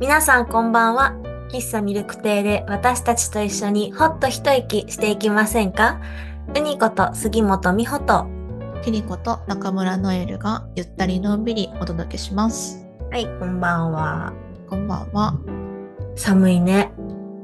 皆さんこんばんは。喫茶ミルク亭で私たちと一緒にほっと一息していきませんか？うにこと杉本美穂と。 キリコと中村ノエルがゆったりのんびりお届けします。 はい、こんばんは。 こんばんは。 寒いね。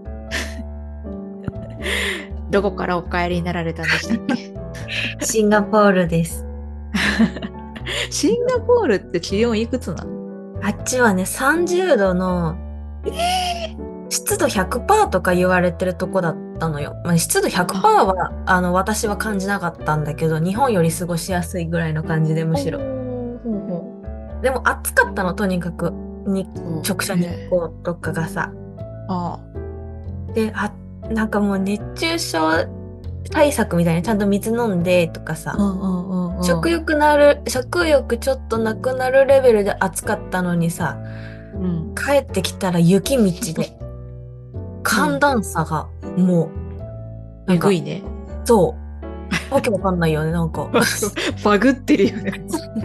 どこからお帰りになられたんでしたっけ？ シンガポールです。 シンガポールって気温いくつなの？ あっちはね、30度の湿度100%とか言われてるとこだったのよ。まあ、湿度100%は私は感じなかったんだけど、日本より過ごしやすいぐらいの感じでむしろ。 ほうほでも暑かったの、とにかく。 う。 直射日光とかがさ。 あで、なんかもう熱中症対策みたいにちゃんと水飲んでとかさ、食欲ちょっとなくなるレベルで暑かったのにさ、帰ってきたら雪道で、寒暖差がもう、 えぐいね。 そう、わけわかんないよね、なんか。 バグってるよね。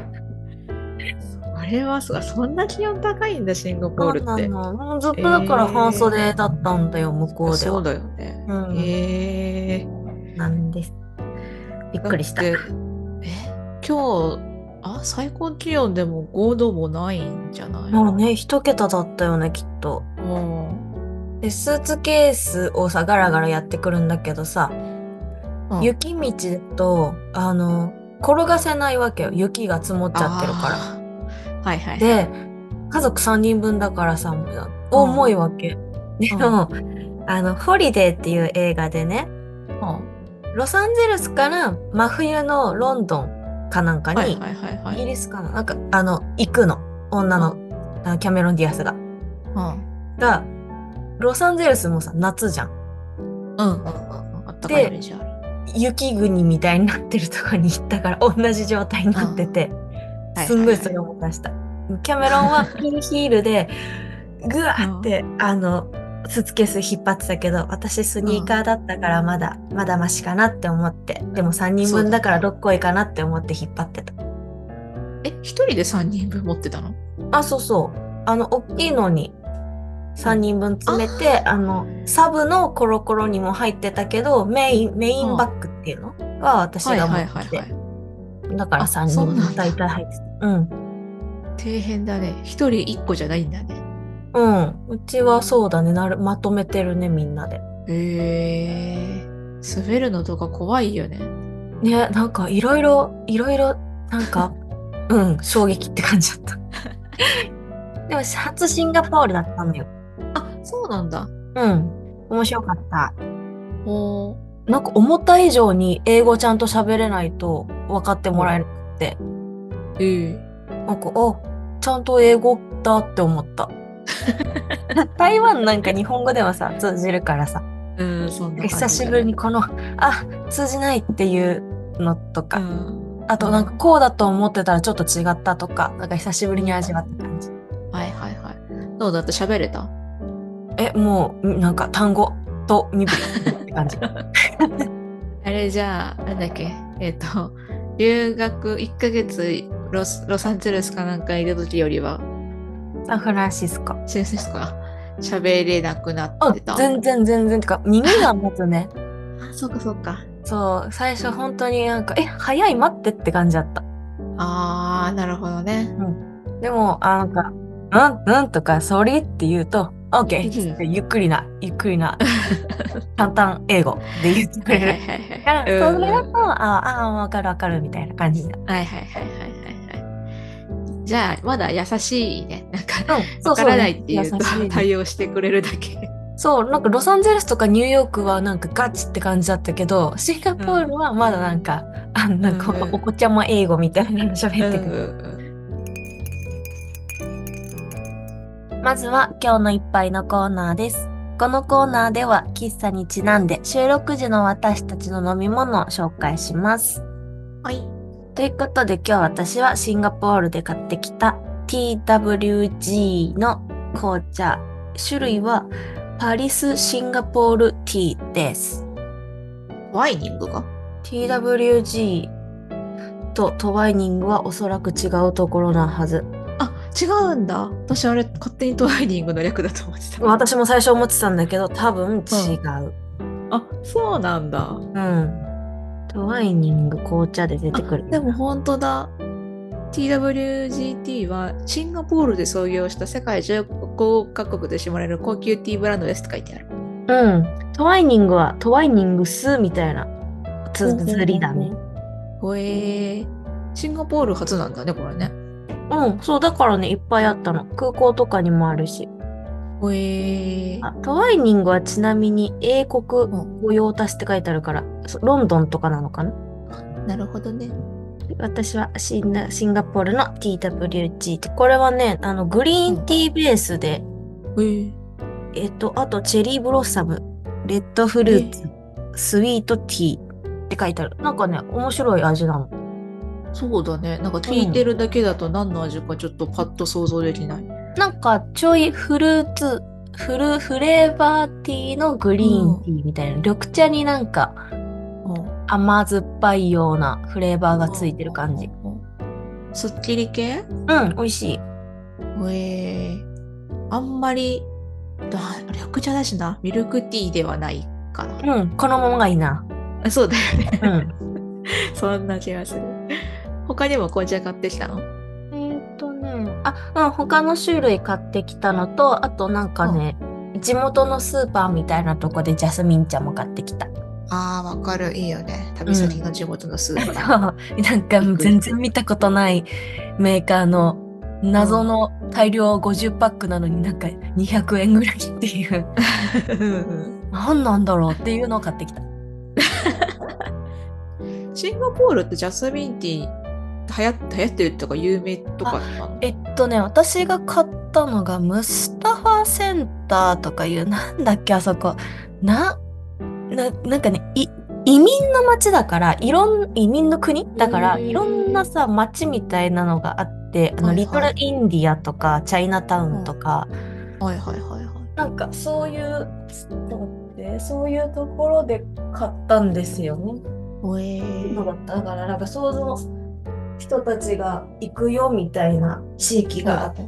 あれはそんな気温高いんだ、シンガポールって。 もうずっとだから半袖だったんだよ、向こうでは。 そうだよね。 なんです。びっくりした。 今日、最高気温でも5度もないんじゃない？ もうね、一桁だったよね、きっと。で、スーツケースをさ、ガラガラやってくるんだけどさ、雪道だと、転がせないわけよ。雪が積もっちゃってるから。 はいはい。 で、家族3人分だからさ、重いわけ。でも、ホリデーっていう映画でね、ロサンゼルスから真冬のロンドンかなんかに、イギリスかな、なんか、行くの。女の、キャメロン・ディアスが。が、ロサンゼルスもさ、夏じゃん。 あったかいイメージある。 雪国みたいになってるとこに行ったから同じ状態になってて、すんごいそれを思い出した。キャメロンはピンヒールで、ぐわーって、スーツケース引っ張ってたけど、私スニーカーだったからまだマシかなって思って、でも3人分だから6個いいかなって思って引っ張ってた。 一人で3人分持ってたの？ そうそう。大きいのに3人分詰めて、サブのコロコロにも入ってたけど、メインバッグっていうのは私が持ってて。だから3人分大体入ってた。 底辺だね。1人1個じゃないんだね。 うちはそうだね。まとめてるね、みんなで。 滑るのとか怖いよね。 ね、なんかいろいろ、なんか、衝撃って感じだった。でも、初シンガポールだったのよ。 そうなんだ。 面白かった。なんか思った以上に英語ちゃんと喋れないと分かってもらえなくて。なんか、ちゃんと英語だって思った。台湾なんか日本語ではさ、通じるからさ。久しぶりに通じないっていうのとか。あとなんかこうだと思ってたらちょっと違ったとか、なんか久しぶりに味わった感じ。 どうだって喋れた？ もうなんか単語と身振りって感じ。 あれじゃあ、なんだっけ、留学1ヶ月ロサンゼルスかなんかいる時よりは、 サンフランシスコ。 喋れなくなってた？ 全然。てか、耳が持つね。 そうか。 そう、最初本当になんか、早い待ってって感じだった。 なるほどね。 でも、なんか、とか、それって言うと、OK ってゆっくりな、簡単英語で言ってくれる。それだと、わかるみたいな感じだ。 じゃあ、まだ優しいね。なんか、わからないっていうと対応してくれるだけ。 そう、なんかロサンゼルスとかニューヨークはなんかガチって感じだったけど、シンガポールはまだなんか、お子ちゃま英語みたいなの喋ってくる。まずは今日の一杯のコーナーです。このコーナーでは喫茶にちなんで収録時の私たちの飲み物を紹介します。 はい。 ということで今日私はシンガポールで買ってきた TWG の紅茶。種類はパリスシンガポールティーです。 ワイニングが？ TWG とトワイニングはおそらく違うところなはず。 違うんだ。私あれ勝手にトワイニングの略だと思ってた。 私も最初思ってたんだけど、多分違う。 あ、そうなんだ。 うん。トワイニング紅茶で出てくる。 でも本当だ。TWGT はシンガポールで創業した世界15カ国で知られる高級ティーブランドですって書いてある。 うん。トワイニングはトワイニングスみたいな綴りだね。 シンガポール初なんだね、これね。 うん、そう、だからね、いっぱいあったの。空港とかにもあるし。トワイニングはちなみに英国御用達って書いてあるから、ロンドンとかなのかな。 なるほどね。 私はシンガポールの TWG って、これはね、グリーンティーベースで、あとチェリーブロッサム、レッドフルーツ、スイートティーって書いてある。なんかね、面白い味なの。 そうだね。なんか聞いてるだけだと何の味かちょっとパッと想像できない。 なんかちょいフレーバーティーのグリーンティーみたいな、緑茶になんか甘酸っぱいようなフレーバーがついてる感じ。 すっきり系？ うん、美味しい。 あんまり緑茶だしな、ミルクティーではないかな。 うん、このままがいいな。 そうだよね。うん。そんな気がする。他にも紅茶買ってきたの？ 他の種類買ってきたのと、あとなんかね、地元のスーパーみたいなとこでジャスミン茶も買ってきた。 ああ、わかる。いいよね。旅先の地元のスーパー。なんか全然見たことないメーカーの謎の大量50パックなのになんか200円ぐらいっていう。何なんだろうっていうのを買ってきた。 シンガポールってジャスミンティー流行ってるとか有名とかなの？私が買ったのがムスタファセンターとかいう、なんだっけあそこ。なんかね、移民の街だから、移民の国だから、いろんなさ、街みたいなのがあって、リトルインディアとか、チャイナタウンとか、なんかそういうところで買ったんですよね。だからなんか想像人たちが行くよみたいな地域があって。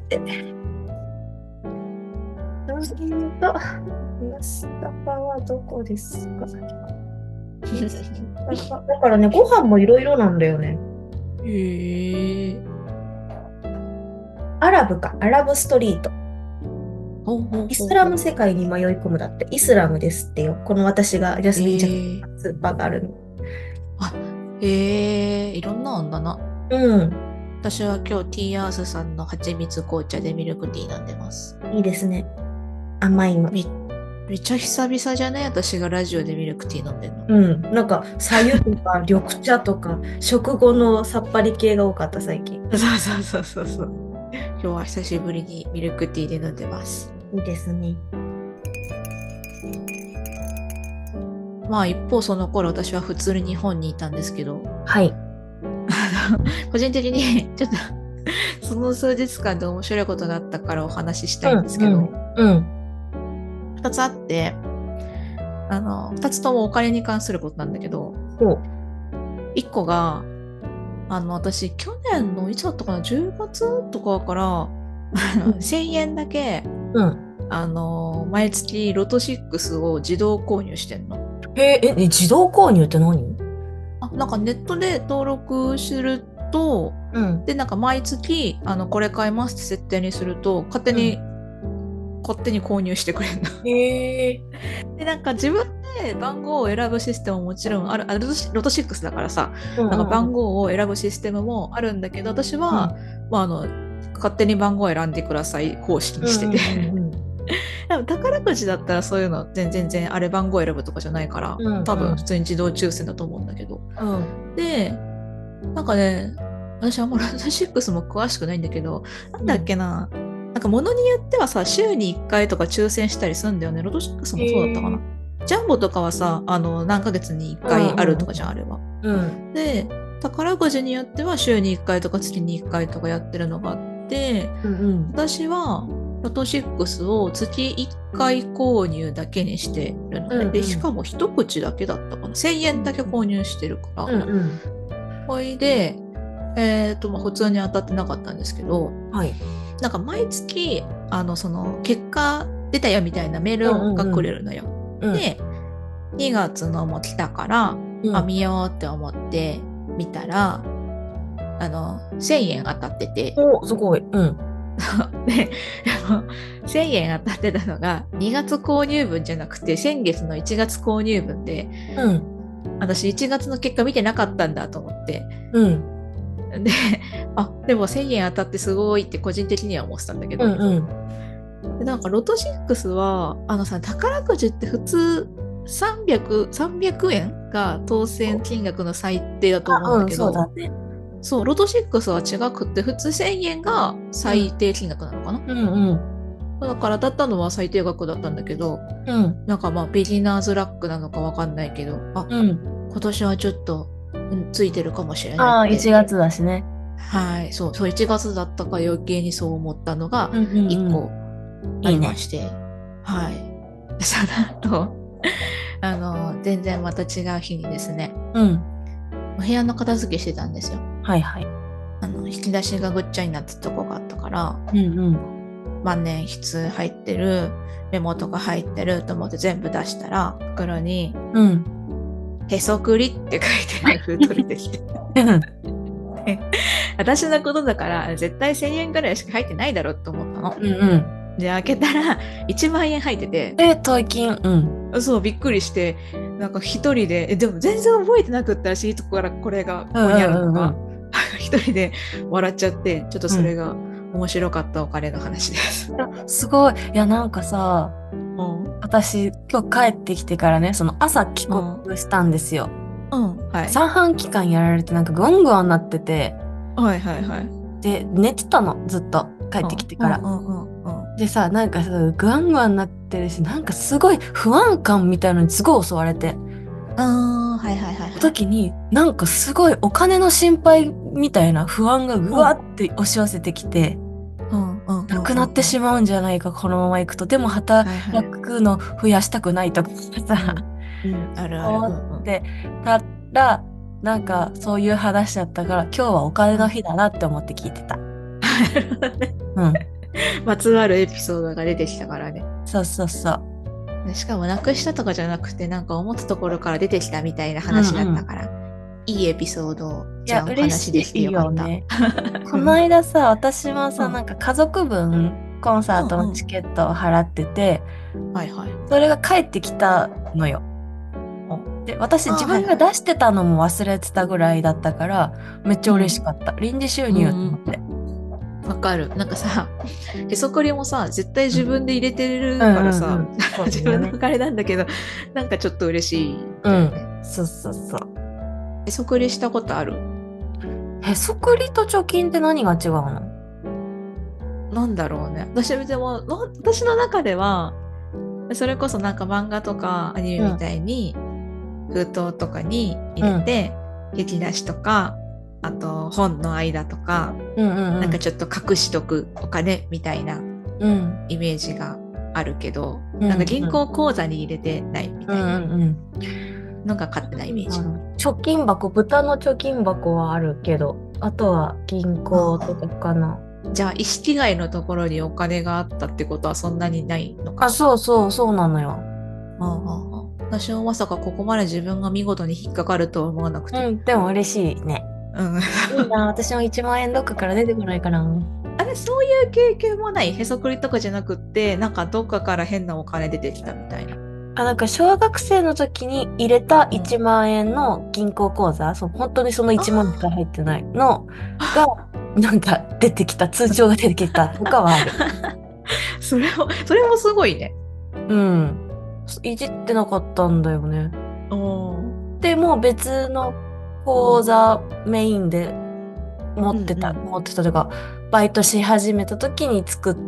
ムスタファはどこですか？だからね、ご飯もいろいろなんだよね。アラブストリート。イスラム世界に迷い込むだって。イスラムですってよ。この私がジャスミン茶のスーパーがあるの。 いろんなんだな。 うん。 私は今日ティーアースさんの蜂蜜紅茶でミルクティー飲んでます。 いいですね。甘いの。 めっちゃ久々じゃね？私がラジオでミルクティー飲んでるの。 うん。なんか、白湯とか緑茶とか、食後のさっぱり系が多かった、最近。 そう。今日は久しぶりにミルクティーで飲んでます。 いいですね。 まあ一方その頃私は普通に日本にいたんですけど。 はい。 個人的にちょっとその数日間で面白いことがあったからお話ししたいんですけど、2つあって、2つともお金に関することなんだけど、1個が私去年のいつだったかな、10月とかから1000円だけ、毎月ロト6を自動購入してんの。 自動購入って何？ なんかネットで登録すると、でなんか毎月これ買いますって設定にすると勝手に購入してくれるの。でなんか自分で番号を選ぶシステムももちろんある。ロト6だからさ、なんか番号を選ぶシステムもあるんだけど、私は、勝手に番号を選んでください方式にしてて。でも宝くじだったらそういうの全然あれ番号選ぶとかじゃないから、多分普通に自動抽選だと思うんだけど、でなんかね、私あんまロト6も詳しくないんだけど、なんだっけな、なんか物によってはさ週に1回とか抽選したりするんだよね。ロト6もそうだったかな。ジャンボとかはさ何ヶ月に1回あるとかじゃん、あれは。で宝くじによっては週に1回とか月に1回とかやってるのがあって、私はロト6を月1回購入だけにしてるので、でしかも一口だけだったかな。1000円だけ購入してるから。ほいで、 まあ、普通に当たってなかったんですけど、 はい。 なんか毎月、その、結果出たよみたいなメールがくれるのよ。で、2月のも来たから、見ようって思って見たら、1000円当たってて。 お、すごい。 で、1000円当たってたのが、2月購入分じゃなくて、先月の1月購入分で、私1月の結果見てなかったんだと思って。で、でも1000円当たってすごいって個人的には思ってたんだけど、でなんかロト6は、宝くじって普通300円が当選金額の最低だと思うんだけど、 そうだね。 そう、ロト6は違くって、普通1000円が最低金額なのかな、だから当たったのは最低額だったんだけど、なんかまあビギナーズラックなのかわかんないけど、今年はちょっと、ついてるかもしれないって。 1月だしね。 はい、そう、1月だったか余計にそう思ったのが1個ありまして、はい。その後、全然また違う日にですね、お部屋の片付けしてたんですよ。 はいはい。 引き出しがぐっちゃになったとこがあったから、万年筆入ってる、メモとか入ってると思って全部出したら、袋に、へそくりって書いてある封筒出てきて。私のことだから絶対1000円ぐらいしか入ってないだろうと思ったの。で、開けたら1万円入ってて。 大金。 そう、びっくりして、なんか一人で、でも全然覚えてなくったらしいとこからこれがここにあるのが、一人で笑っちゃって、ちょっとそれが面白かったお金の話です。 すごい。いや、なんかさ、私、今日帰ってきてからね、その朝帰国したんですよ。三半期間やられて、なんかグワングワンなってて、で、寝てたの、ずっと、帰ってきてから。でさ、なんかさ、グワングワンなってるし、なんかすごい不安感みたいなのにすごい襲われて。時に、なんかすごいお金の心配みたいな不安がぐわって押し寄せてきて、なくなってしまうんじゃないか、このまま行くと。でも働くの増やしたくないとかさ、思ってたら、なんかそういう話だったから、今日はお金の日だなって思って聞いてた。 まつわるエピソードが出てきたからね。 そうそうそう。 しかもなくしたとかじゃなくて、なんか思ったところから出てきたみたいな話だったから、いいエピソードをじゃあお話できてよかった。 この間さ、私もさ、なんか家族分コンサートのチケットを払ってて、それが帰ってきたのよ。で、私自分が出してたのも忘れてたぐらいだったから、めっちゃ嬉しかった。臨時収入と思って。 わかる。なんかさ、へそくりもさ、絶対自分で入れてるからさ、自分のお金なんだけど、なんかちょっと嬉しい。 そうそうそう。 へそくりしたことある？ へそくりと貯金って何が違うの？ なんだろうね。私の中では、それこそなんか漫画とかアニメみたいに、封筒とかに入れて、引き出しとか、あと本の間とか、なんかちょっと隠しとくお金みたいなイメージがあるけど、なんか銀行口座に入れてないみたいなのが勝手なイメージ。 貯金箱、豚の貯金箱はあるけど、あとは銀行とかかな。 じゃあ意識外のところにお金があったってことはそんなにないのか？ そうなのよ。 私はまさかここまで自分が見事に引っかかるとは思わなくて。 でも嬉しいね。いいな、私も1万円どっかから出てこないかな。 あれ、そういう経験もない？へそくりとかじゃなくって、なんかどっかから変なお金出てきたみたいな。 なんか小学生の時に入れた1万円の銀行口座、本当にその1万しか入ってないのが、なんか出てきた、通帳が出てきたとかはある。 それもすごいね。 いじってなかったんだよね。でも別の口座メインで持ってたというか、バイトし始めた時に作って、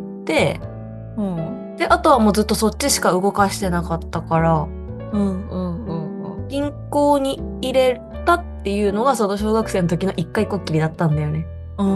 で、あとはもうずっとそっちしか動かしてなかったから、銀行に入れたっていうのがその小学生の時の一回こっきりだったんだよね。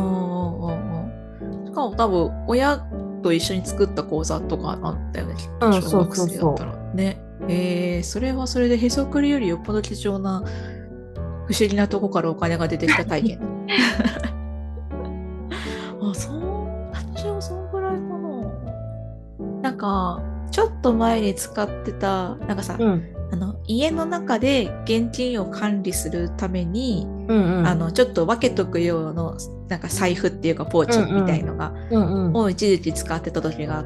しかも多分親と一緒に作った口座とかあったよね。小学生だったらね。それはそれでへそくりよりよっぽど貴重な不思議なとこからお金が出てきた体験。 私はそんぐらいかな。なんか、ちょっと前に使ってた、なんかさ、家の中で現金を管理するために、ちょっと分けとく用のなんか財布っていうかポーチみたいのが、を一時期使ってた時があって、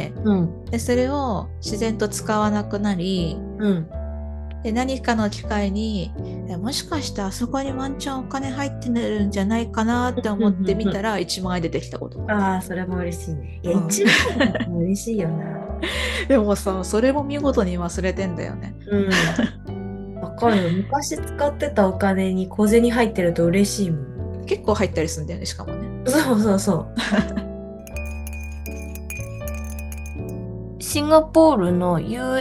でそれを自然と使わなくなり、で何かの機会にもしかしてあそこにワンチャンお金入ってるんじゃないかなって思ってみたら1万円出てきたことがああ、それも嬉しいね。いや、1万円も嬉しいよな。 でもさ、それも見事に忘れてんだよね。 わかるよ。昔使ってたお金に小銭入ってると嬉しいもん。 結構入ったりするんだよね、しかもね。 そうそうそう。シンガポールの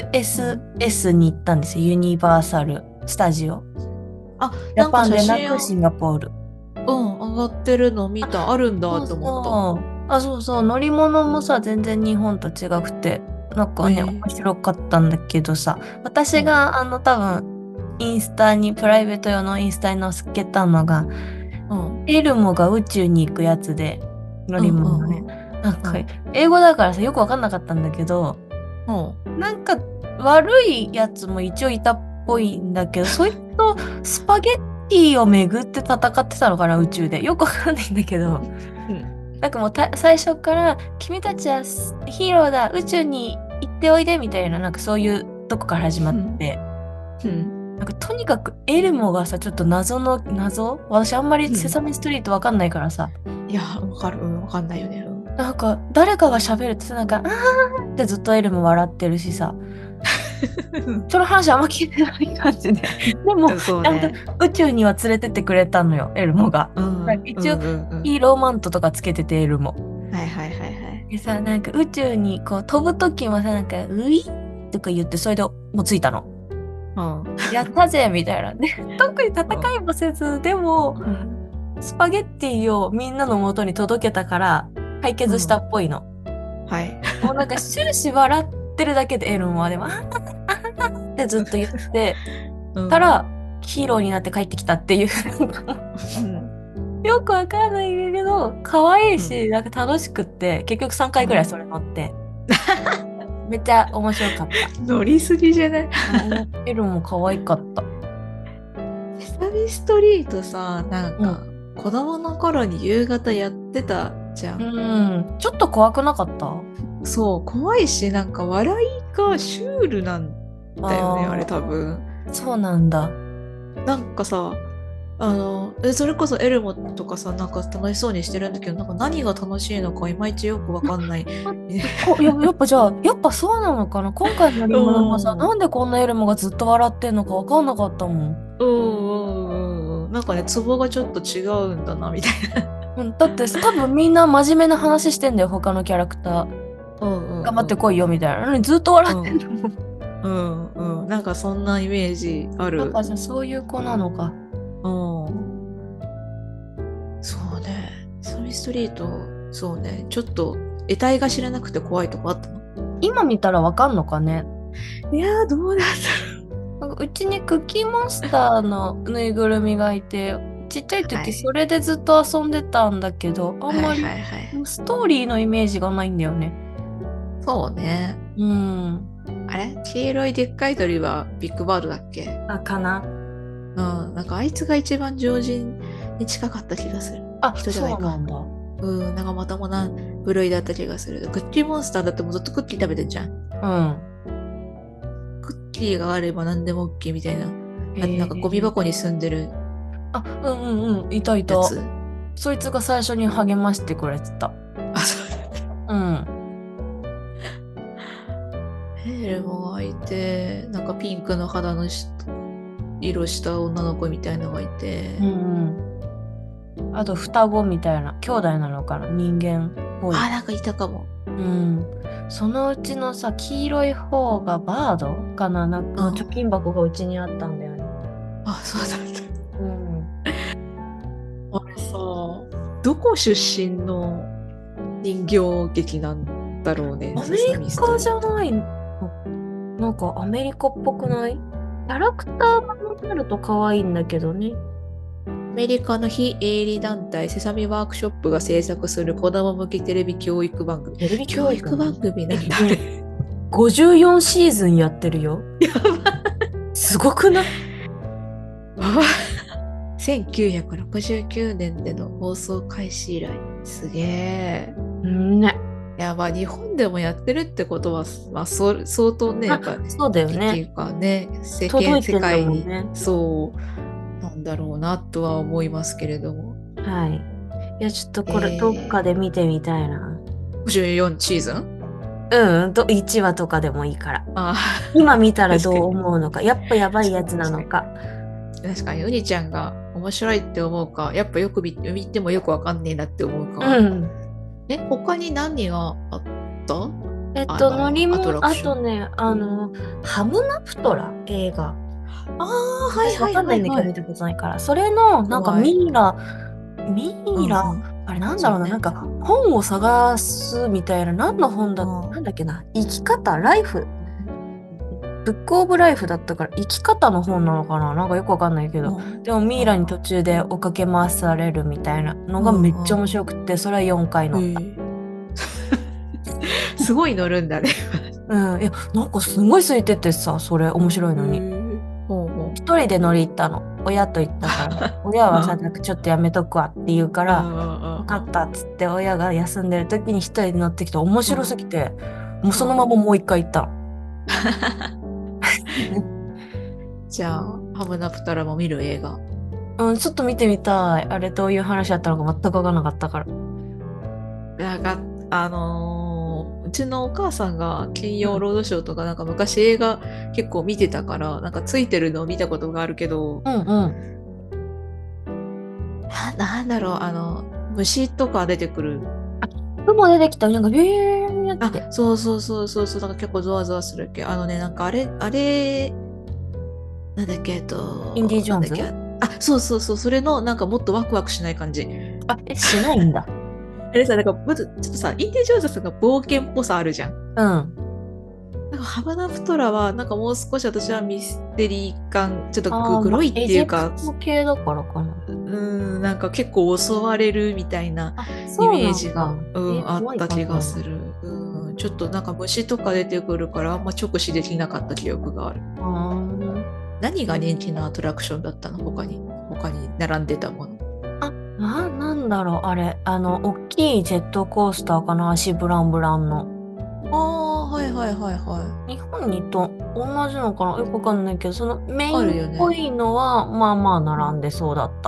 USS に行ったんですよ。ユニバーサル・スタジオ。ジャパンでなくシンガポール。 上がってるの見た。あるんだと思った。そうそう。乗り物もさ、全然日本と違くて、なんかね、面白かったんだけどさ、私が多分、インスタに、プライベート用のインスタに載っけたのが、エルモが宇宙に行くやつで、乗り物ね。なんか、英語だからさ、よくわかんなかったんだけど、なんか、悪いやつも一応いたっぽいんだけど、そいつとスパゲッティを巡って戦ってたのかな、宇宙で。よくわかんないんだけど、なんかもう最初から、君たちはヒーローだ、宇宙に行っておいで、みたいな、なんかそういうとこから始まって、なんかとにかくエルモがさ、ちょっと謎私あんまりセサミストリートわかんないからさ。 いや、わかんないよね。 なんか誰かが喋るとなんか、あーってずっとエルモ笑ってるしさ。その話あんま聞いてない感じで。でも、ちゃんと宇宙には連れてってくれたのよ、エルモが。一応、ヒーローマントとかつけてて、エルモ。でさ、なんか宇宙にこう飛ぶときもさ、なんか、ウイッとか言って、それでもう着いたの。やったぜみたいな。で、特に戦いもせず、でも、スパゲッティをみんなの元に届けたから、解決したっぽいの。もうなんか終始笑ってるだけでエルモはでも、あーってずっと言ってたら、ヒーローになって帰ってきたっていう。よくわかんないけど、可愛いし、なんか楽しくって、結局3回ぐらいそれ乗って。めっちゃ面白かった。 乗りすぎじゃない？ エルも可愛かった。 セサミストリートさ、なんか、子供の頃に夕方やってたじゃん。 ちょっと怖くなかった？ そう、怖いし、なんか笑いがシュールなんだよね、あれ多分。 そうなんだ。なんかさ、それこそエルモとかさ、なんか楽しそうにしてるんだけど、なんか何が楽しいのかいまいちよくわかんない。 やっぱじゃあ、やっぱそうなのかな。今回の乗り物もさ、なんでこんなエルモがずっと笑ってんのかわかんなかったもん。なんかね、ツボがちょっと違うんだな、みたいな。 だって多分みんな真面目な話してんだよ、他のキャラクター。頑張ってこいよ、みたいなのにずっと笑ってんの。 なんかそんなイメージある。 なんかじゃあそういう子なのか。 そうね。セサミストリート、そうね。ちょっと得体が知らなくて怖いとこあったの？ 今見たらわかんのかね。 いやー、どうなんだろう。うちにクッキーモンスターのぬいぐるみがいて、ちっちゃい時それでずっと遊んでたんだけど、あんまりストーリーのイメージがないんだよね。 そうね。あれ？黄色いでっかい鳥はビッグバードだっけ？ かな。 なんかあいつが一番常人に近かった気がする。 人じゃないか。そうなんだ。 なんかまたもな部類だった気がする。クッキーモンスターだってもうずっとクッキー食べてんじゃん。クッキーがあれば何でも OK みたいな。なんかゴミ箱に住んでる。いたいた。そいつが最初に励ましてくれてた。そうだね。エルモがいて、なんかピンクの肌の色した女の子みたいなのがいて。あと双子みたいな兄弟なのかな、人間っぽい。なんかいたかも。そのうちのさ、黄色い方がバードかな、なんか貯金箱がうちにあったんだよね。そうだった。あれさ、どこ出身の人形劇なんだろうね。アメリカじゃないの？なんかアメリカっぽくない？キャラクターがなると可愛いんだけどね。 メリカの非営利団体セサミワークショップが制作する子供向けテレビ教育番組。 テレビ教育番組なんだね。 54シーズンやってるよ。 やばい。 すごくない？ 1969年での放送開始以来。すげえ。 ね。 いや、まあ日本でもやってるってことは、まあ相当ね、やっぱ、 そうだよね。 っていうかね、世界に、そうなんだろうなとは思いますけれども。 はい。いや、ちょっとこれどっかで見てみたいな。 54シーズン？ 1話とかでもいいから。今見たらどう思うのか。やっぱやばいやつなのか。 確かに、うにちゃんが面白いって思うか、やっぱよく見てもよくわかんねえなって思うか。他に何があった？ 乗り物、あとね、ハムナプトラ映画。 はいはいはい、はい。 わかんないんだけど見たことないから。それの、なんかミイラ、あれなんだろうな、なんか本を探すみたいな、何の本なんだっけな、生き方、ライフ。ブックオブライフだったから生き方の本なのかな、なんかよくわかんないけど、でもミイラに途中で追っかけ回されるみたいなのがめっちゃ面白くて、それは4回乗った。 すごい乗るんだね。 いや、なんかすごい空いててさ、それ面白いのに。一人で乗り行ったの。親と行ったから。親はさ、なんかちょっとやめとくわって言うから、分かったっつって親が休んでる時に一人で乗ってきて面白すぎて、もうそのままもう一回行ったの。 じゃあ、ハムナプトラも見る映画。 ちょっと見てみたい。あれどういう話だったのか全く分からなかったから。 なんか、うちのお母さんが金曜ロードショーとかなんか昔映画結構見てたから、なんかついてるのを見たことがあるけど、なんだろう、虫とか出てくる。 雲出てきたなんかビューって。 そう、なんか結構ゾワゾワするっけ。なんかあれ、なんだっけ、 インディ・ジョーンズ？ そう、それのなんかもっとワクワクしない感じ。 しないんだ。 なんかちょっとさ、インディ・ジョーンズさんが冒険っぽさあるじゃん。なんかハムナプトラはなんかもう少し私はミステリー感、ちょっとグロいっていうか、 エジプト系だからかな。 なんか結構襲われるみたいなイメージがあった気がする。ちょっとなんか虫とか出てくるからあんま直視できなかった記憶がある。何が人気のアトラクションだったの？他に並んでたもの。 なんだろう、あれ。大きいジェットコースターかな、足ブランブランの。 はい。 日本にと同じのかな、よくわかんないけど、そのメインっぽいのは、まあまあ並んでそうだった。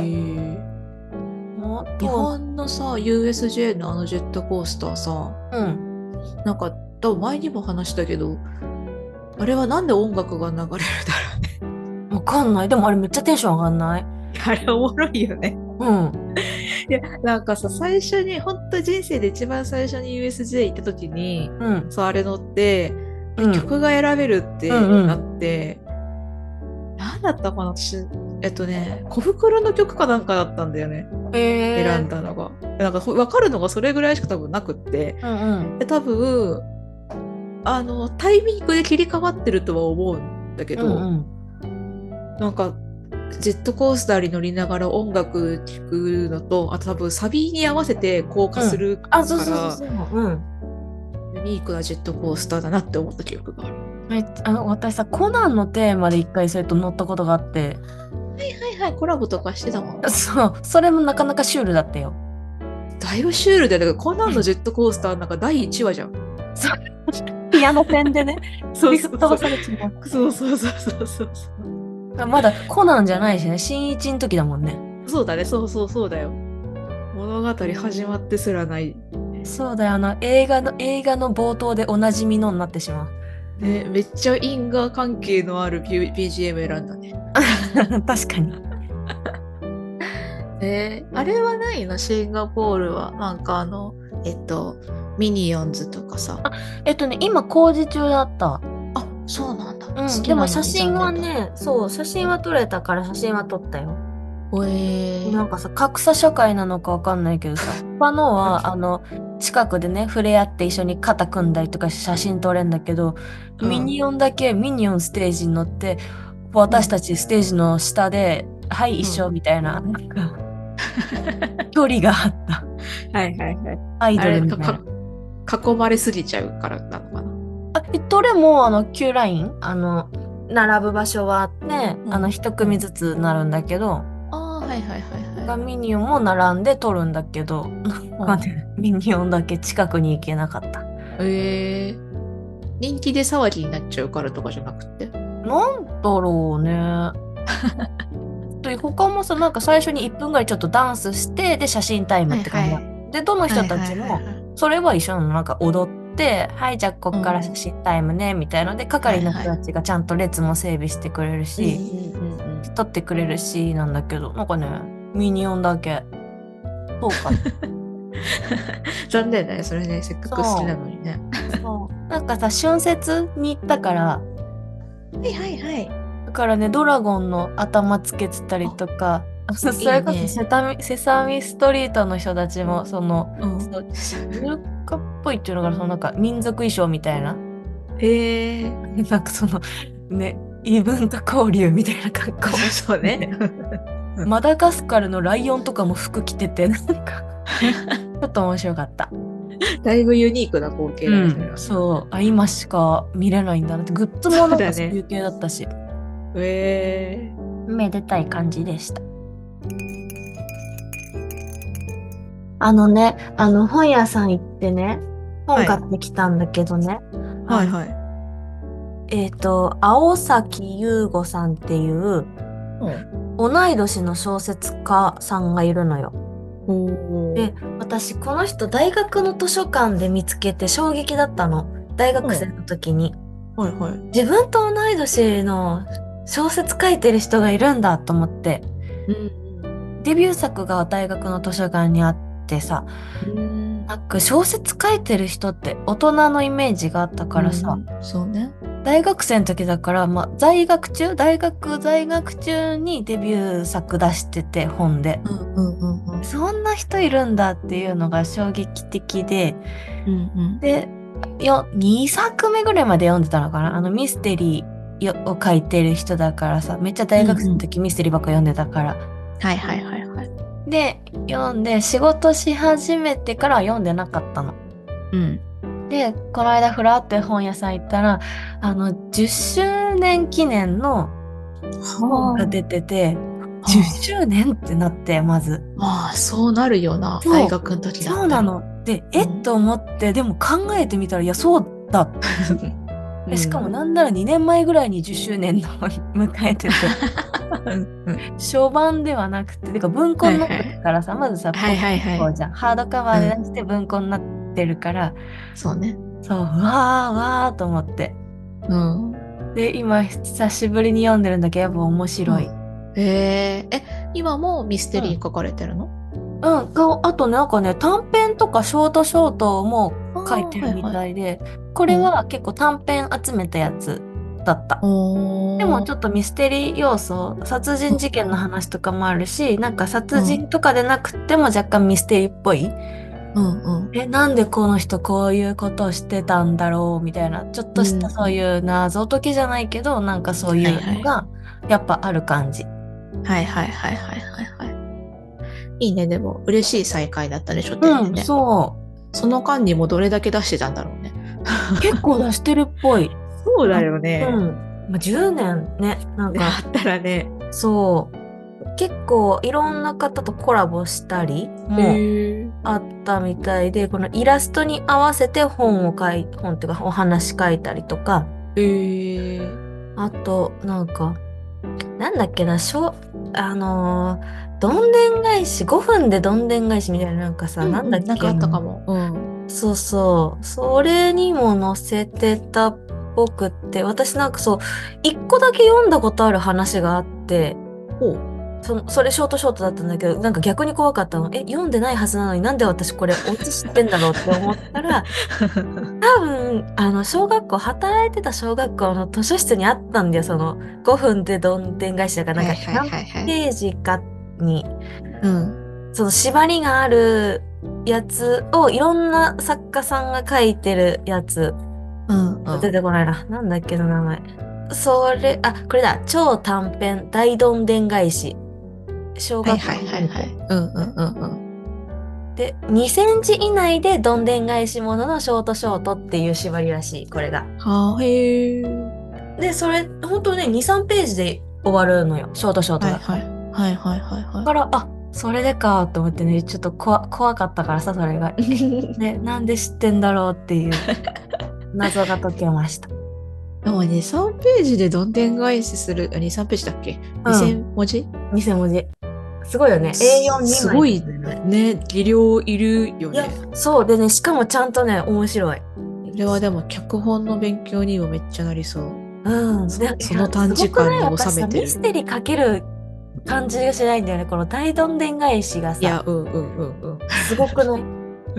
日本のさ、USJ のジェットコースターさ、なんか多分前にも話したけど、あれはなんで音楽が流れるだろうね。わかんない。でもあれめっちゃテンション上がんない？ あれおもろいよね。いや、なんかさ、最初に、本当人生で一番最初に USJ 行った時に、そう、あれ乗って、曲が選べるってなって、なんだったかな、私、小袋の曲かなんかだったんだよね。選んだのが。なんか分かるのがそれぐらいしか多分なくって、で多分、タイミングで切り替わってるとは思うんだけど、なんか、ジェットコースターに乗りながら音楽聴くのと、あと多分サビに合わせて降下するから、ユニークなジェットコースターだなって思った記憶がある。 私さ、コナンのテーマで一回それと乗ったことがあって。 はい、コラボとかしてたもん。 そう、それもなかなかシュールだったよ。 だいぶシュールだよ。コナンのジェットコースターなんか第1話じゃん。 そう。ピアノ線でね、 そう。 まだコナンじゃないしね、新一の時だもんね。 そうだね、そうだよ。物語始まってすらない。 そうだよ、映画の冒頭でおなじみのになってしまう。ね、めっちゃ因果関係のある BGM 選んだね。 確かに。 あれはないの？シンガポールは。なんかミニオンズとかさ。 今工事中だった。 そうなんだ。 でも写真はね、写真は撮れたから写真は撮ったよ。なんかさ、格差社会なのかわかんないけどさ、他のは、近くでね、触れ合って一緒に肩組んだりとか写真撮れんだけど、ミニオンだけミニオンステージに乗って、私たちステージの下ではい一緒みたいな、なんか距離があった。 はいはいはい。 アイドルみたいな。 囲まれすぎちゃうからなのかな。 どれもQ ライン並ぶ場所はあって、一組ずつなるんだけど、 はいはいはいはい。 ミニオンも並んで撮るんだけど、ミニオンだけ近くに行けなかった。 人気で騒ぎになっちゃうからとかじゃなくて。 なんだろうね。他もさ、なんか最初に1分ぐらいちょっとダンスして、で、写真タイムって感じ。で、どの人たちも、それは一緒なの。なんか踊って、はい、じゃあこっから写真タイムね、みたいので、係の人たちがちゃんと列も整備してくれるし、撮ってくれるし、なんだけど、なんかね、ミニオンだけ。そうか。 残念だね、それね、せっかく好きなのにね。 そう。なんかさ、春節に行ったから、 はいはいはい。 だからね、ドラゴンの頭つけてたりとか、それこそセサミストリートの人たちも、中華っぽいっていうのが、なんか民族衣装みたいな。なんかね、異文化交流みたいな格好。 そうね。 マダガスカルのライオンとかも服着てて、なんか、ちょっと面白かった。 だいぶユニークな光景だね。 そう。今しか見れないんだなって、グッズもなんかそういう系だったし。めでたい感じでした。本屋さん行ってね、本買ってきたんだけどね。 はいはい。 青崎優吾さんっていう、同い年の小説家さんがいるのよ。で、私この人大学の図書館で見つけて衝撃だったの。大学生の時に。自分と同い年の小説書いてる人がいるんだと思って、デビュー作が大学の図書館にあってさ、なんか小説書いてる人って大人のイメージがあったからさ、 そうね。 大学生の時だから、大学在学中にデビュー作出してて、本で。そんな人いるんだっていうのが衝撃的で、で、2作目ぐらいまで読んでたのかな。ミステリーを書いてる人だからさ、めっちゃ大学生の時ミステリーばっか読んでたから。で、読んで仕事し始めてからは読んでなかったの。で、この間ふらって本屋さん行ったら、10周年記念の本が出てて、10周年ってなって、まず。 そうなるよな、大学の時だったら。 そうなの。で、と思って、でも考えてみたら、いや、そうだ。しかもなんなら2年前ぐらいに10周年の迎えてて。初版ではなくて、文庫になってるからさ、まずさ、ハードカバーで出して文庫になってるから、 そうね。 そう、わーと思って。で、今、久しぶりに読んでるんだけど、やっぱ面白い。 今もミステリー書かれてるの？ あとなんかね、短編とかショートも書いてるみたいで、これは結構短編集めたやつだった。でもちょっとミステリー要素、殺人事件の話とかもあるし、なんか殺人とかでなくても若干ミステリーっぽい。なんでこの人こういうことをしてたんだろうみたいな、ちょっとしたそういう謎解きじゃないけど、なんかそういうのがやっぱある感じ。 いいね、でも嬉しい再会だったね、書店でね。 その間にもどれだけ出してたんだろうね。 結構出してるっぽい。 そうだよね。 10年ね、なんか。 あったらね。 そう。結構いろんな方とコラボしたりもあったみたいで、このイラストに合わせて本っていうかお話書いたりとか。あと、なんか、なんだっけな、どんでん返し、5分でどんでん返しみたいな、なんかさ、なんだっけな。 なんかあったかも。 そうそう。それにも載せてたっぽくって、私なんかそう、1個だけ読んだことある話があって、それショートだったんだけど、なんか逆に怖かったの。読んでないはずなのになんで私これオチ知ってんだろうって思ったら、多分、働いてた小学校の図書室にあったんだよ、その5分でどんでん返しだから、なんか何ページかに、その縛りがあるやつをいろんな作家さんが書いてるやつ、出てこないな。なんだっけの名前。これだ。超短編大どんでん返し。 小学校で、2センチ以内でどんでん返し物のショートショートっていう縛りらしい、これが。 はあ、へえ。 で、それ、本当ね、2、3ページで終わるのよ、ショートショートだ。だから、あ、それでかと思ってね、ちょっと怖かったからさ、それが。ね、なんで知ってんだろうっていう謎が解けました。 でも2、3ページでどんでん返しする、2、3ページだっけ？ 2000 文字？ 2000 文字。すごいよね。A4 2枚。 すごいね。技量いるよね。 いや、そう。でね、しかもちゃんとね、面白い。これはでも脚本の勉強にもめっちゃなりそう。 うん。 その短時間に収めてる。 ミステリーかける感じがしないんだよね。この大どんでん返しがさ。 いや、 すごくない？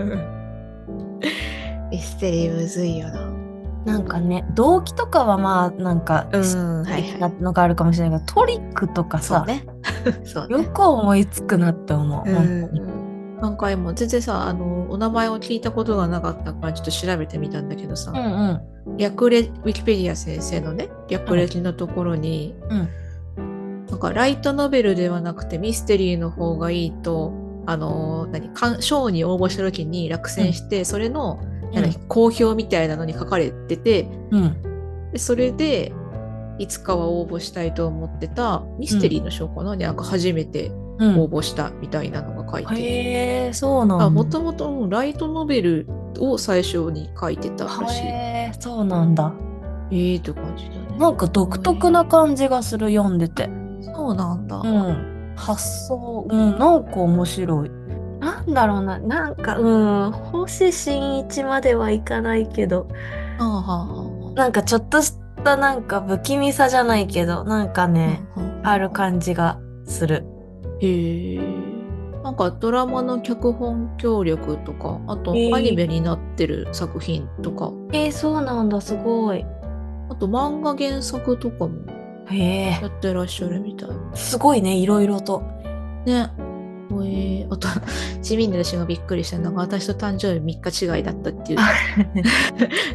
ミステリーむずいよな。 なんかね、動機とかはまあ、なんか、なのがあるかもしれないけど、トリックとかさ、よく思いつくなって思う。 何回も全然さ、お名前を聞いたことがなかったからちょっと調べてみたんだけどさ、ウィキペディア先生のね、略歴のところに、なんかライトノベルではなくてミステリーの方がいいと、賞に応募した時に落選して、それの好評みたいなのに書かれてて、でそれでいつかは応募したいと思ってたミステリーの賞かな、なんか初めて応募したみたいなのが書いて、 へー、そうなんだ。 もともとライトノベルを最初に書いてたらしい。 へー、そうなんだ。 って感じだね。 なんか独特な感じがする、読んでて。 そうなんだ。 発想、なんか面白い。なんだろうな、なんか、星新一まではいかないけど、なんかちょっとしたなんか不気味さじゃないけど、なんかね、ある感じがする。 へえ。なんかドラマの脚本協力とか、あとアニメになってる作品とか。 そうなんだ、すごい。 あと漫画原作とかもやってらっしゃるみたい。 すごいね、いろいろと。 ね。あと、地味に私がびっくりしたのが、私と誕生日3日違いだったっていう。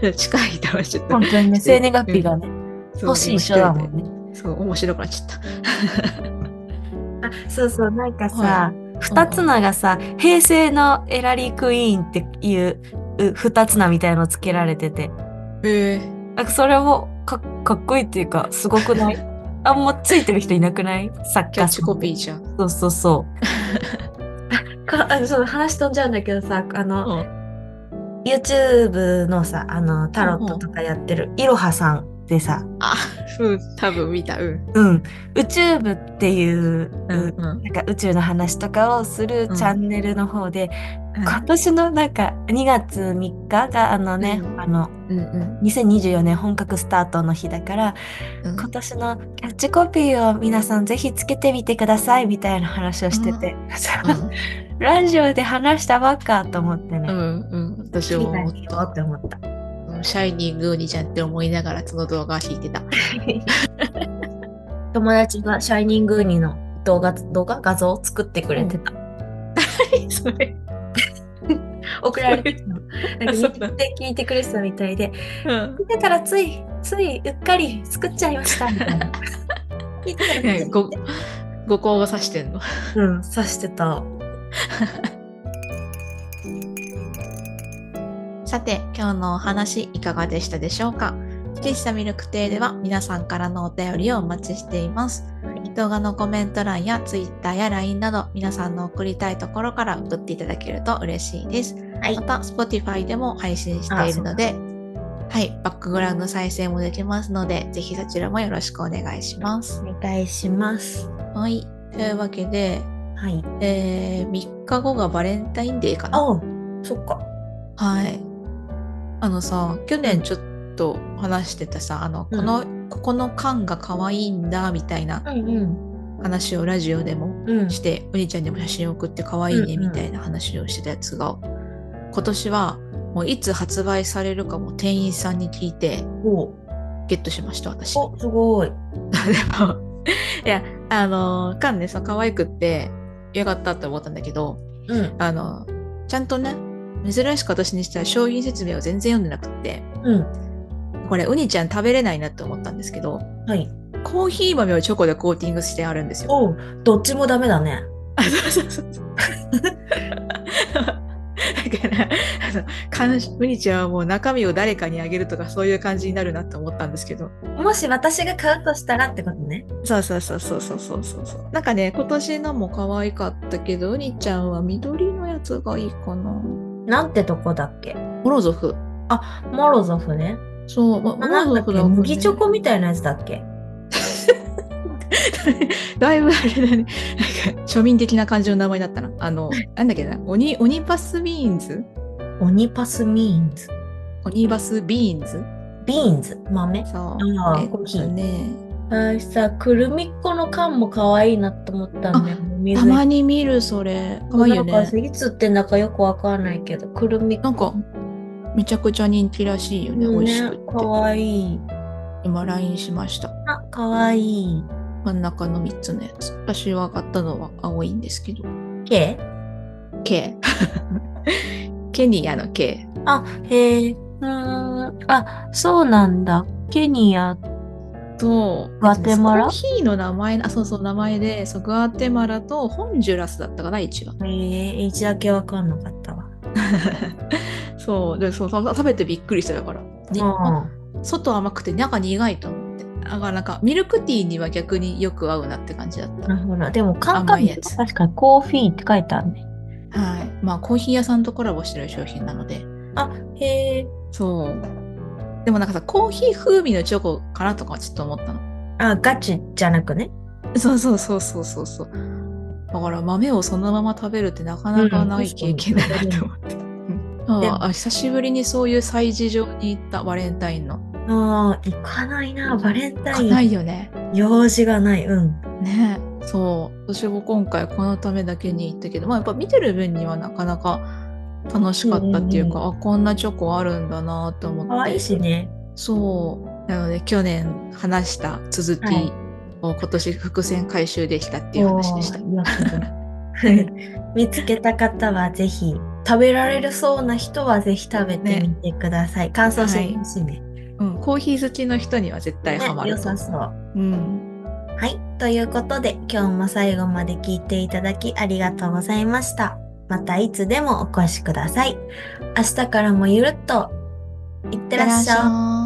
近いとはちょっと。 本当にね、生年月日がね、年一緒だもんね。 そう、面白くなっちゃった。 そうそう、なんかさ、二つ名がさ、平成のエラリークイーンっていう二つ名みたいのつけられてて。なんかそれもかっこいいっていうか、すごくない？あんまついてる人いなくない？作家キャッチコピーじゃん。 そう。その話飛んじゃうんだけどさ、YouTube のさ、タロットとかやってるいろはさんでさ、 多分見た。宇宙部っていう、なんか宇宙の話とかをするチャンネルの方で、今年のなんか2月3日が2024年本格スタートの日だから、今年のキャッチコピーを皆さんぜひつけてみてくださいみたいな話をしてて、ラジオで話したばっかと思ってね。 私も思ったって思った。 シャイニングウニちゃんって思いながらその動画を弾いてた。 友達がシャイニングウニの画像を作ってくれてた。 それ送られてきたの。なんか聞いてくれてたみたいで、見てたらついうっかり作っちゃいましたみたいな。聞いてたら五光が指してんの。 指してた。 さて、今日のお話いかがでしたでしょうか？喫茶ミルク亭では皆さんからのお便りをお待ちしています。動画のコメント欄や Twitter や LINE など皆さんの送りたいところから送っていただけると嬉しいです。また Spotify でも配信しているので、バックグラウンド再生もできますので、ぜひそちらもよろしくお願いします。 お願いします。 というわけで、3日後がバレンタインデーかな。 そっか。 去年ちょっと話してたさ、ここの缶が可愛いんだみたいな話をラジオでもして、お兄ちゃんにも写真を送って可愛いねみたいな話をしてたやつが、今年はもういつ発売されるかも店員さんに聞いてゲットしました、私。 すごい。 でもいや缶ね、可愛くってよかったって思ったんだけど、ちゃんとね、珍しく私にしたら商品説明を全然読んでなくって、これウニちゃん食べれないなって思ったんですけど、 コーヒー豆をチョコでコーティングしてあるんですよ。 おう、どっちもダメだね。 そうそうそう。だからウニちゃんはもう中身を誰かにあげるとかそういう感じになるなと思ったんですけど、 もし私が買うとしたらってことね。 そうそうそうそうそうそうそう。なんかね、今年のも可愛かったけど、ウニちゃんは緑のやつがいいかな。 なんてとこだっけ？ モロゾフ。 あ、モロゾフね。 そう、モロゾフだ、ね、 麦チョコみたいなやつだっけ？ だいぶあれだね。なんか庶民的な感じの名前だったな。なんだっけな、オニパスビーンズ？ オニパスミーンズ。 オニバスビーンズ？ ビーンズ。豆？ そう。 コーヒーね。 さ、くるみっこの缶も可愛いなと思ったんだよ。 たまに見る、それ。可愛いよね。 なんかいつってなんかよくわかんないけど、くるみっこ。 なんか、めちゃくちゃ人気らしいよね。美味しくて。 可愛い。 今 LINE しました。 あ、可愛い。 真ん中の3つのやつ。私が買ったのは青いんですけど。 K？ K。ケニアの K。 あ、へえ。あ、そうなんだ。ケニアと、 グアテマラ？ コーヒーの名前、そうそう、名前で、グアテマラとホンジュラスだったかな、1は。 1だけわかんなかったわ。 そう、食べてびっくりしたから。外甘くて中苦いと思って。なんかミルクティーには逆によく合うなって感じだった。 なるほど。でもカンカンに確かにコーヒーって書いてあるね。 はい。まあコーヒー屋さんとコラボしてる商品なので。 あ、へえ。 そう。でもなんかさ、コーヒー風味のチョコかなとかちょっと思ったの。 あ、ガチじゃなくね。 そうそうそうそうそうそう。だから豆をそのまま食べるってなかなかない経験だなと思って。久しぶりにそういう催事場に行ったバレンタインの。 行かないな、バレンタイン。 行かないよね。 用事がない、 ね、そう。私も今回このためだけに行ったけど、やっぱ見てる分にはなかなか楽しかったっていうか、こんなチョコあるんだなと思って。 可愛いしね。 そう。なので去年話した続きを今年伏線回収できたっていう話でした。 見つけた方はぜひ、食べられるそうな人はぜひ食べてみてください。感想してほしいね。 コーヒー好きの人には絶対ハマると。 良さそう。はい。ということで、今日も最後まで聞いていただきありがとうございました。またいつでもお越しください。明日からもゆるっといってらっしゃい。